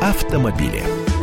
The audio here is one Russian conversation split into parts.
автомобили.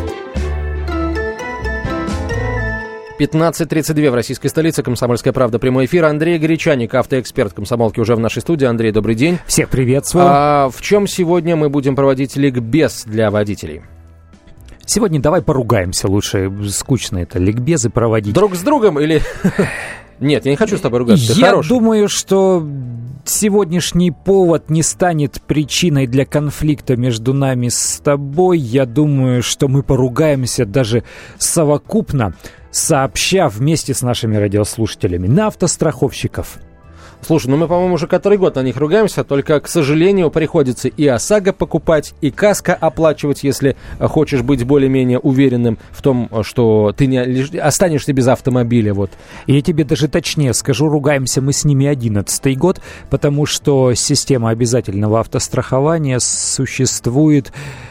15:32 в российской столице. «Комсомольская правда». Прямой эфир. Андрей Гречаник, автоэксперт «Комсомолки», уже в нашей студии. Андрей, добрый день. Всех приветствую. В чем сегодня мы будем проводить ликбез для водителей? Сегодня давай поругаемся лучше. Скучно это ликбезы проводить. Друг с другом или... Нет, я не хочу с тобой ругаться. Я думаю, что сегодняшний повод не станет причиной для конфликта между нами с тобой. Я думаю, что мы поругаемся даже совокупно, сообща вместе с нашими радиослушателями на автостраховщиков. Слушай, мы, по-моему, уже который год на них ругаемся, только, к сожалению, приходится и ОСАГО покупать, и КАСКО оплачивать, если хочешь быть более-менее уверенным в том, что ты не останешься без автомобиля. Вот. И я тебе даже точнее скажу, ругаемся мы с ними 11-й год, потому что система обязательного автострахования существует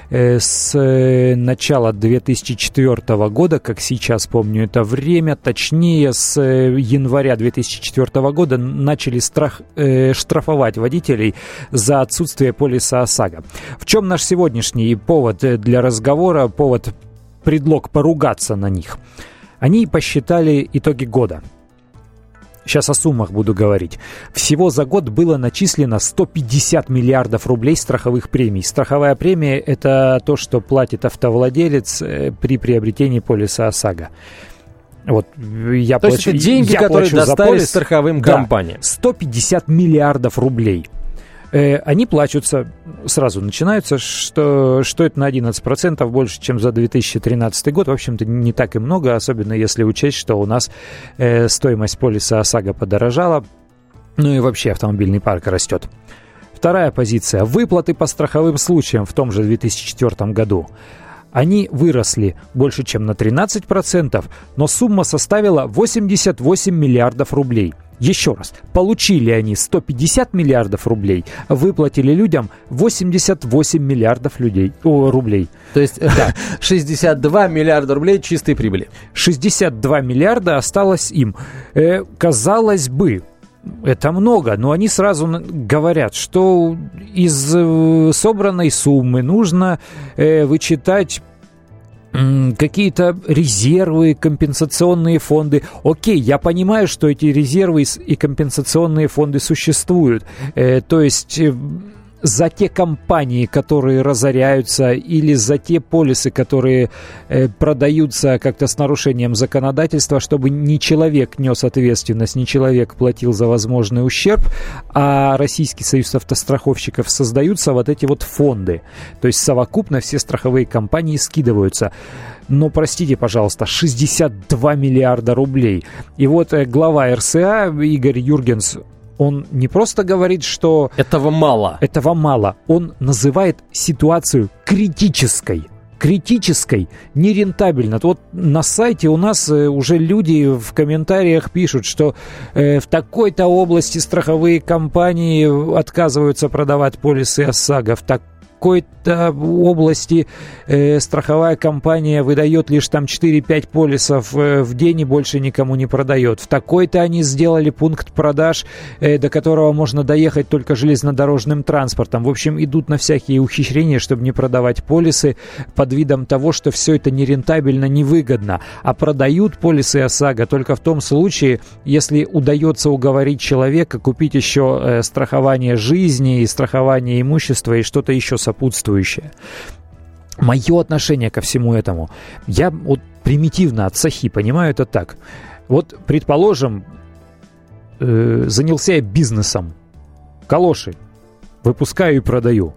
с начала 2004 года, как сейчас помню это время, точнее с января 2004 года начали штрафовать водителей за отсутствие полиса ОСАГО. В чем наш сегодняшний повод для разговора, предлог поругаться на них? Они посчитали итоги года. Сейчас о суммах буду говорить. Всего за год было начислено 150 миллиардов рублей страховых премий. Страховая премия – это то, что платит автовладелец при приобретении полиса ОСАГО. Вот, то есть это деньги, которые достались страховым компаниям. 150 миллиардов рублей. Они плачутся, сразу начинаются, что это на 11% больше, чем за 2013 год. В общем-то, не так и много, особенно если учесть, что у нас стоимость полиса ОСАГО подорожала, ну и вообще автомобильный парк растет. Вторая позиция. Выплаты по страховым случаям в том же 2004 году. Они выросли больше, чем на 13%, но сумма составила 88 миллиардов рублей. Еще раз, получили они 150 миллиардов рублей, выплатили людям 88 миллиардов рублей. То есть да. 62 миллиарда рублей чистой прибыли. 62 миллиарда осталось им. Казалось бы, это много, но они сразу говорят, что из собранной суммы нужно вычитать какие-то резервы, компенсационные фонды. Окей, я понимаю, что эти резервы и компенсационные фонды существуют. То есть за те компании, которые разоряются, или за те полисы, которые продаются как-то с нарушением законодательства, чтобы не человек нес ответственность, не человек платил за возможный ущерб, а Российский союз автостраховщиков, создаются вот эти вот фонды. То есть совокупно все страховые компании скидываются. Но, простите, пожалуйста, 62 миллиарда рублей. И вот глава РСА Игорь Юргенс, он не просто говорит, что... Этого мало. Он называет ситуацию критической. Нерентабельно. Вот на сайте у нас уже люди в комментариях пишут, что в такой-то области страховые компании отказываются продавать полисы ОСАГО, в такой-то области страховая компания выдает лишь там 4-5 полисов в день и больше никому не продает. В такой-то они сделали пункт продаж, до которого можно доехать только железнодорожным транспортом. В общем, идут на всякие ухищрения, чтобы не продавать полисы под видом того, что все это нерентабельно, невыгодно. А продают полисы ОСАГО только в том случае, если удается уговорить человека купить еще страхование жизни, и страхование имущества и что-то еще сопутствующее. Мое отношение ко всему этому, я вот примитивно от сахи понимаю это так. Вот, предположим, занялся я бизнесом, калоши выпускаю и продаю.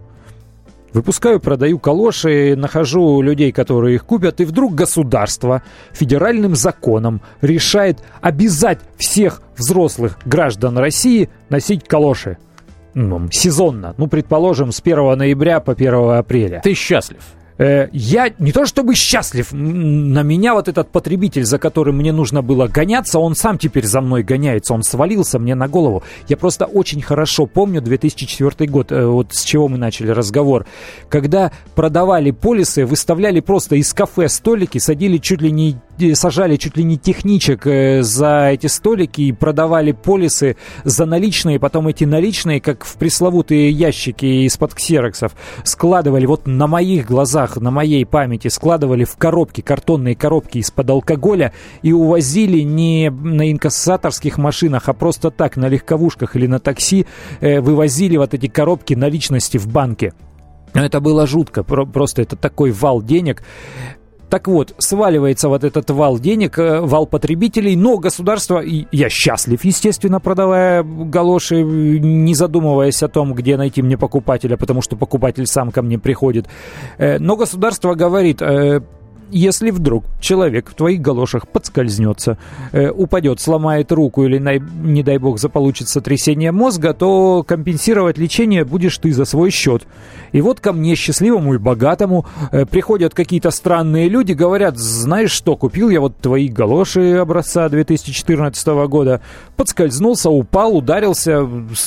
Продаю калоши, нахожу людей, которые их купят, и вдруг государство федеральным законом решает обязать всех взрослых граждан России носить калоши. Сезонно. Предположим, с 1 ноября по 1 апреля. Ты счастлив? Я не то чтобы счастлив, на меня вот этот потребитель, за которым мне нужно было гоняться, он сам теперь за мной гоняется, он свалился мне на голову. Я просто очень хорошо помню 2004 год, вот с чего мы начали разговор, когда продавали полисы, выставляли просто из кафе столики, сажали чуть ли не техничек за эти столики и продавали полисы за наличные, потом эти наличные, как в пресловутые ящики из-под ксероксов, складывали вот на моих глазах местах на моей памяти складывали в коробки, картонные коробки из-под алкоголя и увозили не на инкассаторских машинах, а просто так, на легковушках или на такси, вывозили вот эти коробки наличности в банке. Это было жутко, просто это такой вал денег. Так вот, сваливается вот этот вал денег, вал потребителей, но государство, и я счастлив, естественно, продавая галоши, не задумываясь о том, где найти мне покупателя, потому что покупатель сам ко мне приходит. Но государство говорит: если вдруг человек в твоих галошах подскользнется, упадет, сломает руку или, не дай бог, заполучит сотрясение мозга, то компенсировать лечение будешь ты за свой счет. И вот ко мне, счастливому и богатому, приходят какие-то странные люди, говорят: знаешь что, купил я вот твои галоши образца 2014 года, подскользнулся, упал, ударился,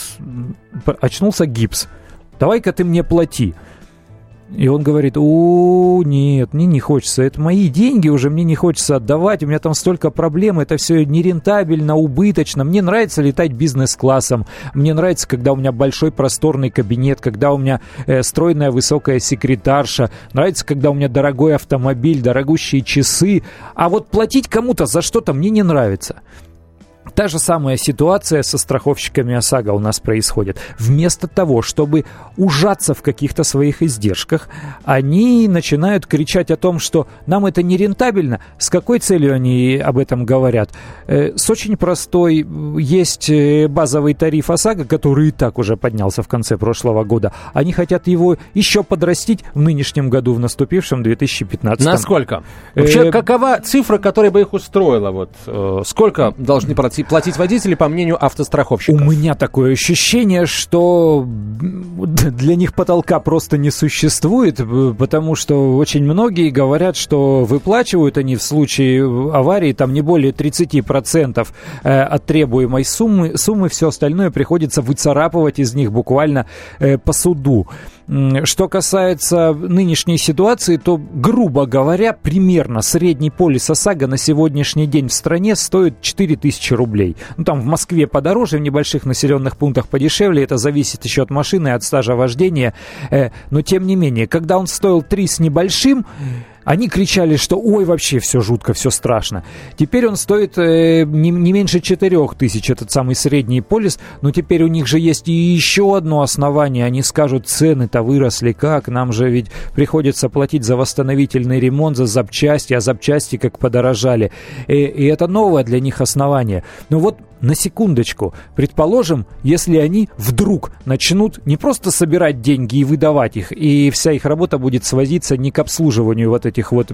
очнулся гипс. Давай-ка ты мне плати. И он говорит: нет, мне не хочется, это мои деньги уже, мне не хочется отдавать, у меня там столько проблем, это все нерентабельно, убыточно, мне нравится летать бизнес-классом, мне нравится, когда у меня большой просторный кабинет, когда у меня стройная высокая секретарша, нравится, когда у меня дорогой автомобиль, дорогущие часы, а вот платить кому-то за что-то мне не нравится. Та же самая ситуация со страховщиками ОСАГО у нас происходит. Вместо того, чтобы ужаться в каких-то своих издержках, они начинают кричать о том, что нам это не рентабельно. С какой целью они об этом говорят? С очень простой. Есть базовый тариф ОСАГО, который и так уже поднялся в конце прошлого года. Они хотят его еще подрастить в нынешнем году, в наступившем 2015. Насколько? Вообще, какова цифра, которая бы их устроила? Вот, сколько должны платить водители, по мнению автостраховщиков? У меня такое ощущение, что для них потолка просто не существует, потому что очень многие говорят, что выплачивают они в случае аварии там не более 30% от требуемой суммы, все остальное приходится выцарапывать из них буквально по суду. Что касается нынешней ситуации, то, грубо говоря, примерно средний полис ОСАГО на сегодняшний день в стране стоит 4000 рублей. Ну, там в Москве подороже, в небольших населенных пунктах подешевле. Это зависит еще от машины, от стажа вождения. Но, тем не менее, когда он стоил 3 с небольшим, они кричали, что ой, вообще все жутко, все страшно. Теперь он стоит не меньше 4000, этот самый средний полис. Но теперь у них же есть и еще одно основание. Они скажут: цены-то выросли, как? Нам же ведь приходится платить за восстановительный ремонт, за запчасти, а запчасти как подорожали. И это новое для них основание. Но вот на секундочку, предположим, если они вдруг начнут не просто собирать деньги и выдавать их, и вся их работа будет сводиться не к обслуживанию вот этих вот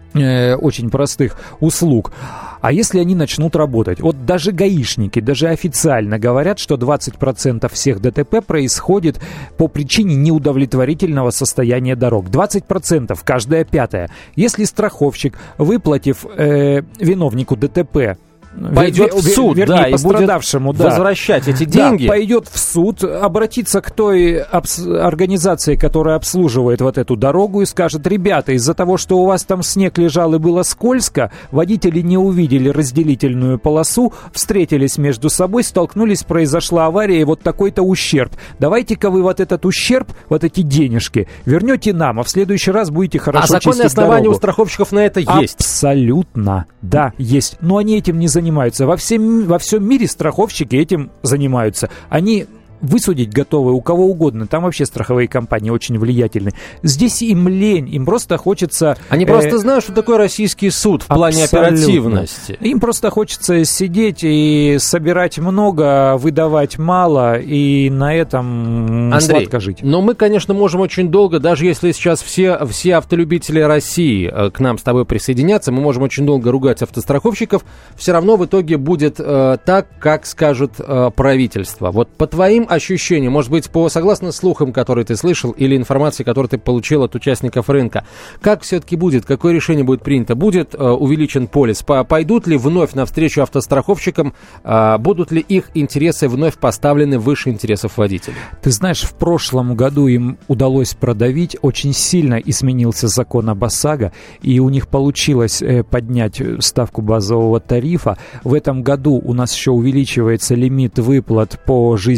очень простых услуг. А если они начнут работать? Вот даже гаишники, даже официально говорят, что 20% всех ДТП происходит по причине неудовлетворительного состояния дорог. 20%, каждая пятая. Если страховщик, выплатив виновнику ДТП, пойдет в суд, вернее, пострадавшему, будет возвращать эти деньги. Да, пойдет в суд, обратится к той организации, которая обслуживает вот эту дорогу, и скажет: ребята, из-за того, что у вас там снег лежал и было скользко, водители не увидели разделительную полосу, встретились между собой, столкнулись, произошла авария, и вот такой-то ущерб. Давайте-ка вы вот этот ущерб, вот эти денежки вернете нам, а в следующий раз будете хорошо чистить дорогу. А законные основания у страховщиков на это есть? Абсолютно, да, есть. Но они этим не занимаются. Во всем мире страховщики этим занимаются. Они высудить готовы у кого угодно. Там вообще страховые компании очень влиятельны. Здесь им лень, им просто хочется... Они просто знают, что такое российский суд в плане оперативности. Им просто хочется сидеть и собирать много, выдавать мало, и на этом сладко жить. Но мы, конечно, можем очень долго, даже если сейчас все автолюбители России к нам с тобой присоединятся, мы можем очень долго ругать автостраховщиков, все равно в итоге будет так, как скажет правительство. Вот по твоим ощущениям, может быть, согласно слухам, которые ты слышал, или информации, которую ты получил от участников рынка, как все-таки будет, какое решение будет принято? Будет увеличен полис? Пойдут ли вновь навстречу автостраховщикам? Будут ли их интересы вновь поставлены выше интересов водителей? Ты знаешь, в прошлом году им удалось продавить, очень сильно изменился закон об ОСАГО, и у них получилось поднять ставку базового тарифа. В этом году у нас еще увеличивается лимит выплат по жизни и здоровью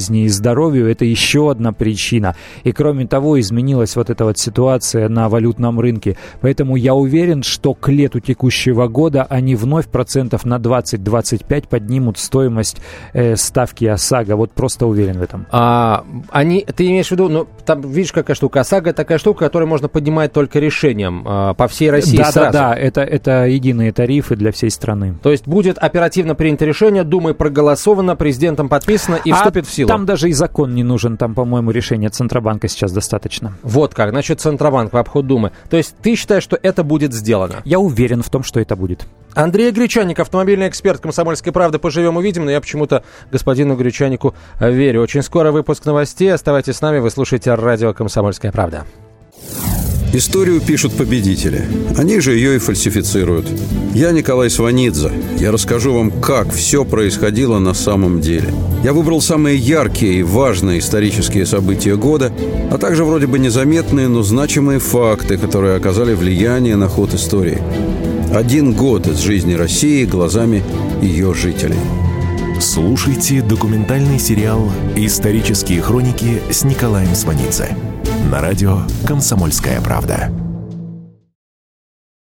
здоровью, это еще одна причина. И кроме того, изменилась вот эта вот ситуация на валютном рынке. Поэтому я уверен, что к лету текущего года они вновь процентов на 20-25 поднимут стоимость ставки ОСАГО. Вот просто уверен в этом. Ты имеешь в виду, ну, там, видишь, какая штука. ОСАГО такая штука, которую можно поднимать только решением по всей России сразу. Да, это единые тарифы для всей страны. То есть будет оперативно принято решение, Думой проголосовано, президентом подписано и вступит в силу. Там даже и закон не нужен, там, по-моему, решение Центробанка сейчас достаточно. Вот как, значит, Центробанк в обход Думы. То есть ты считаешь, что это будет сделано? Я уверен в том, что это будет. Андрей Гречаник, автомобильный эксперт «Комсомольской правды». Поживем, увидим, но я почему-то господину Гречанику верю. Очень скоро выпуск новостей. Оставайтесь с нами, вы слушаете радио «Комсомольская правда». Историю пишут победители. Они же ее и фальсифицируют. Я Николай Сванидзе. Я расскажу вам, как все происходило на самом деле. Я выбрал самые яркие и важные исторические события года, а также вроде бы незаметные, но значимые факты, которые оказали влияние на ход истории. 1 год из жизни России глазами ее жителей. Слушайте документальный сериал «Исторические хроники» с Николаем Сванидзе на радио «Комсомольская правда».